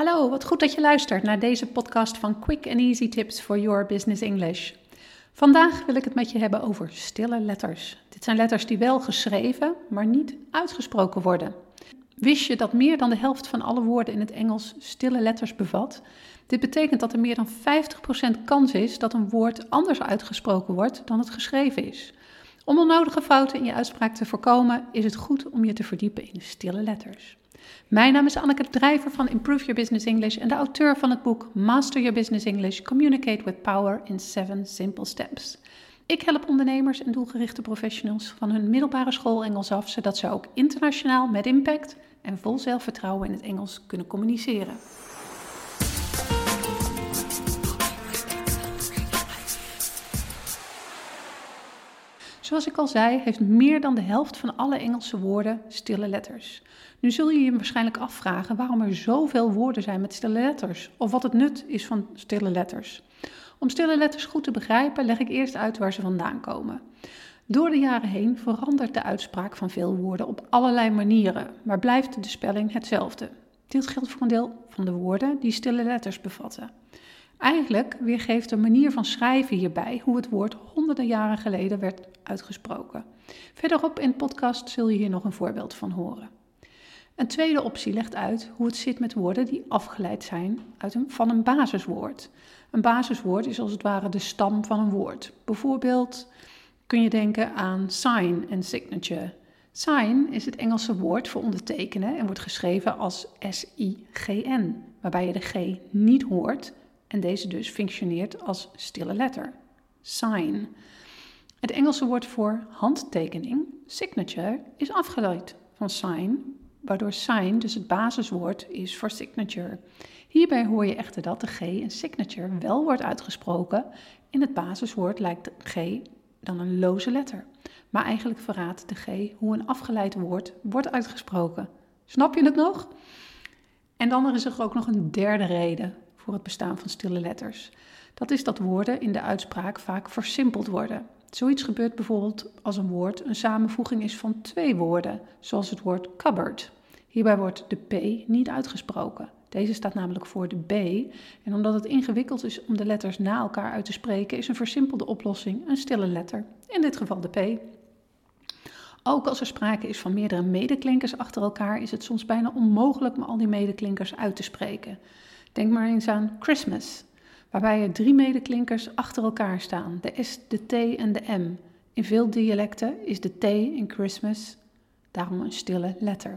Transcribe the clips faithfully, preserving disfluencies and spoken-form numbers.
Hallo, wat goed dat je luistert naar deze podcast van Quick and Easy Tips for Your Business English. Vandaag wil ik het met je hebben over stille letters. Dit zijn letters die wel geschreven, maar niet uitgesproken worden. Wist je dat meer dan de helft van alle woorden in het Engels stille letters bevat? Dit betekent dat er meer dan vijftig procent kans is dat een woord anders uitgesproken wordt dan het geschreven is. Om onnodige fouten in je uitspraak te voorkomen, is het goed om je te verdiepen in de stille letters. Mijn naam is Anneke de Drijver van Improve Your Business English en de auteur van het boek Master Your Business English, Communicate with Power in seven Simple Steps. Ik help ondernemers en doelgerichte professionals van hun middelbare school Engels af, zodat ze ook internationaal met impact en vol zelfvertrouwen in het Engels kunnen communiceren. Zoals ik al zei, heeft meer dan de helft van alle Engelse woorden stille letters. Nu zul je je waarschijnlijk afvragen waarom er zoveel woorden zijn met stille letters, of wat het nut is van stille letters. Om stille letters goed te begrijpen, leg ik eerst uit waar ze vandaan komen. Door de jaren heen verandert de uitspraak van veel woorden op allerlei manieren, maar blijft de spelling hetzelfde. Dit geldt voor een deel van de woorden die stille letters bevatten. Eigenlijk weergeeft de manier van schrijven hierbij hoe het woord honderden jaren geleden werd uitgesproken. Verderop in de podcast zul je hier nog een voorbeeld van horen. Een tweede optie legt uit hoe het zit met woorden die afgeleid zijn uit een, van een basiswoord. Een basiswoord is als het ware de stam van een woord. Bijvoorbeeld kun je denken aan sign en signature. Sign is het Engelse woord voor ondertekenen en wordt geschreven als S I G N, waarbij je de G niet hoort en deze dus functioneert als stille letter. Sign. Het Engelse woord voor handtekening, signature, is afgeleid van sign, waardoor sign dus het basiswoord is voor signature. Hierbij hoor je echter dat de G in signature wel wordt uitgesproken. In het basiswoord lijkt de G dan een loze letter. Maar eigenlijk verraadt de G hoe een afgeleid woord wordt uitgesproken. Snap je het nog? En dan is er ook nog een derde reden voor het bestaan van stille letters. Dat is dat woorden in de uitspraak vaak versimpeld worden. Zoiets gebeurt bijvoorbeeld als een woord een samenvoeging is van twee woorden, zoals het woord cupboard. Hierbij wordt de P niet uitgesproken. Deze staat namelijk voor de B en omdat het ingewikkeld is om de letters na elkaar uit te spreken, is een versimpelde oplossing een stille letter, in dit geval de P. Ook als er sprake is van meerdere medeklinkers achter elkaar, is het soms bijna onmogelijk om al die medeklinkers uit te spreken. Denk maar eens aan Christmas, waarbij er drie medeklinkers achter elkaar staan, de S, de T en de M. In veel dialecten is de T in Christmas daarom een stille letter.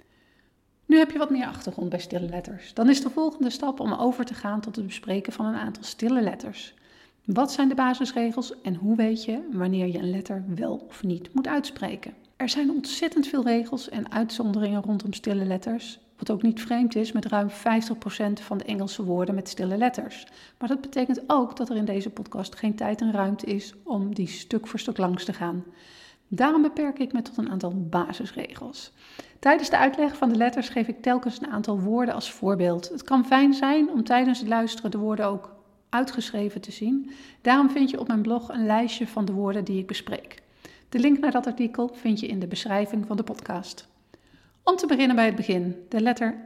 Nu heb je wat meer achtergrond bij stille letters. Dan is de volgende stap om over te gaan tot het bespreken van een aantal stille letters. Wat zijn de basisregels en hoe weet je wanneer je een letter wel of niet moet uitspreken? Er zijn ontzettend veel regels en uitzonderingen rondom stille letters, wat ook niet vreemd is met ruim vijftig procent van de Engelse woorden met stille letters. Maar dat betekent ook dat er in deze podcast geen tijd en ruimte is om die stuk voor stuk langs te gaan. Daarom beperk ik me tot een aantal basisregels. Tijdens de uitleg van de letters geef ik telkens een aantal woorden als voorbeeld. Het kan fijn zijn om tijdens het luisteren de woorden ook uitgeschreven te zien. Daarom vind je op mijn blog een lijstje van de woorden die ik bespreek. De link naar dat artikel vind je in de beschrijving van de podcast. Om te beginnen bij het begin. De letter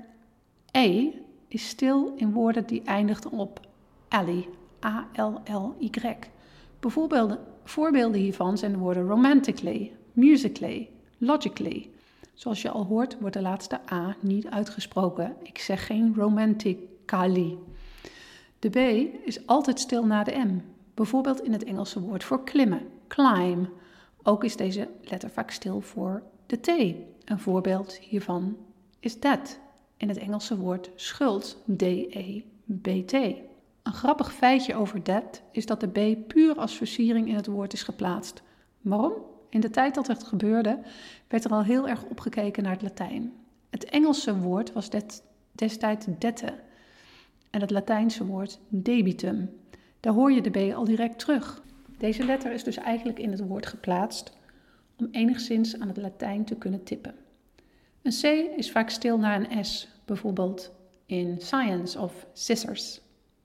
E is stil in woorden die eindigen op ally, A L L Y. Bijvoorbeelden, voorbeelden hiervan zijn de woorden romantically, musically, logically. Zoals je al hoort wordt de laatste A niet uitgesproken. Ik zeg geen romantically. De B is altijd stil na de M. Bijvoorbeeld in het Engelse woord voor klimmen, climb. Ook is deze letter vaak stil voor de T. Een voorbeeld hiervan is that. In het Engelse woord schuld, D E B T. Een grappig feitje over that is dat de B puur als versiering in het woord is geplaatst. Waarom? In de tijd dat het gebeurde, werd er al heel erg opgekeken naar het Latijn. Het Engelse woord was det, destijds dette en het Latijnse woord debitum. Daar hoor je de B al direct terug. Deze letter is dus eigenlijk in het woord geplaatst om enigszins aan het Latijn te kunnen tippen. Een C is vaak stil na een S, bijvoorbeeld in science of scissors.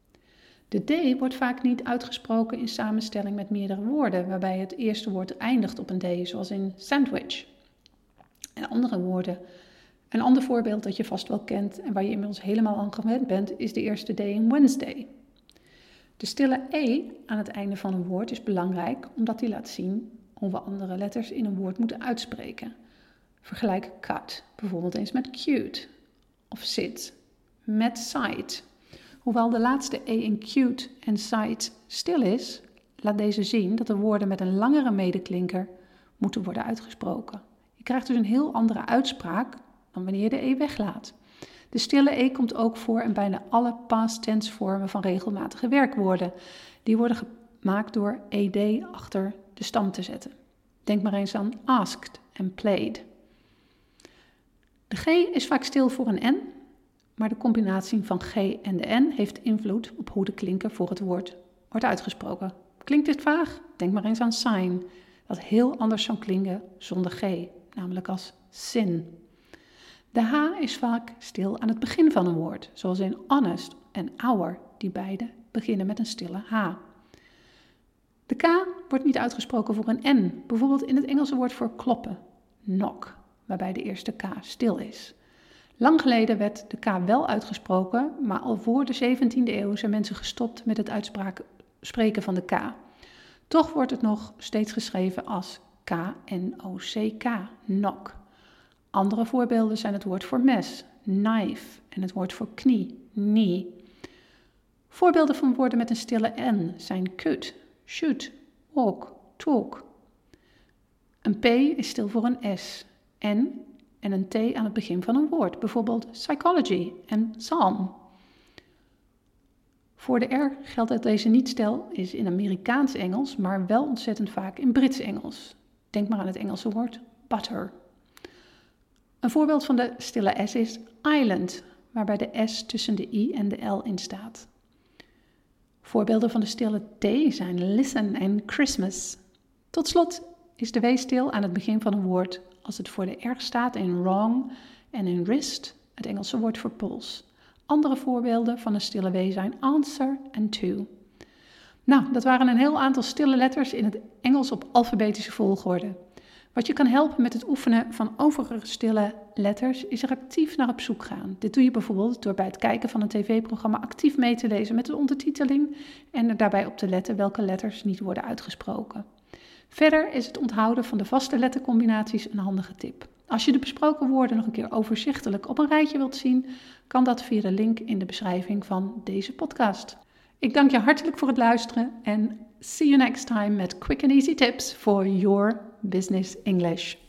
De D wordt vaak niet uitgesproken in samenstelling met meerdere woorden, waarbij het eerste woord eindigt op een D, zoals in sandwich. En andere woorden Een ander voorbeeld dat je vast wel kent en waar je inmiddels helemaal aan gewend bent, is de eerste D in Wednesday. De stille E aan het einde van een woord is belangrijk omdat die laat zien hoe we andere letters in een woord moeten uitspreken. Vergelijk cut bijvoorbeeld eens met cute of sit met sight. Hoewel de laatste E in cute en sight stil is, laat deze zien dat de woorden met een langere medeklinker moeten worden uitgesproken. Je krijgt dus een heel andere uitspraak dan wanneer je de E weglaat. De stille E komt ook voor in bijna alle past tense vormen van regelmatige werkwoorden. Die worden gemaakt door ed achter de stam te zetten. Denk maar eens aan asked en played. De G is vaak stil voor een N, maar de combinatie van G en de N heeft invloed op hoe de klinker voor het woord wordt uitgesproken. Klinkt dit vaag? Denk maar eens aan sign, dat heel anders zou klinken zonder G, namelijk als sin. De H is vaak stil aan het begin van een woord, zoals in honest en hour, die beide beginnen met een stille H. De K wordt niet uitgesproken voor een N, bijvoorbeeld in het Engelse woord voor kloppen, knock, waarbij de eerste K stil is. Lang geleden werd de K wel uitgesproken, maar al voor de zeventiende eeuw zijn mensen gestopt met het uitspreken van de K. Toch wordt het nog steeds geschreven als K N O C K, knock. Andere voorbeelden zijn het woord voor mes, knife, en het woord voor knie, knee. Voorbeelden van woorden met een stille N zijn could, should, walk, talk. Een P is stil voor een S, N en een T aan het begin van een woord, bijvoorbeeld psychology en psalm. Voor de R geldt dat deze niet stil is in Amerikaans Engels, maar wel ontzettend vaak in Brits Engels. Denk maar aan het Engelse woord butter. Een voorbeeld van de stille S is island, waarbij de S tussen de I en de L in staat. Voorbeelden van de stille T zijn listen en Christmas. Tot slot is de W stil aan het begin van een woord als het voor de R staat in wrong en in wrist, het Engelse woord voor pols. Andere voorbeelden van een stille W zijn answer en to. Nou, dat waren een heel aantal stille letters in het Engels op alfabetische volgorde. Wat je kan helpen met het oefenen van overige stille letters is er actief naar op zoek gaan. Dit doe je bijvoorbeeld door bij het kijken van een tv-programma actief mee te lezen met de ondertiteling en er daarbij op te letten welke letters niet worden uitgesproken. Verder is het onthouden van de vaste lettercombinaties een handige tip. Als je de besproken woorden nog een keer overzichtelijk op een rijtje wilt zien, kan dat via de link in de beschrijving van deze podcast. Ik dank je hartelijk voor het luisteren en see you next time met quick and easy tips for your business English.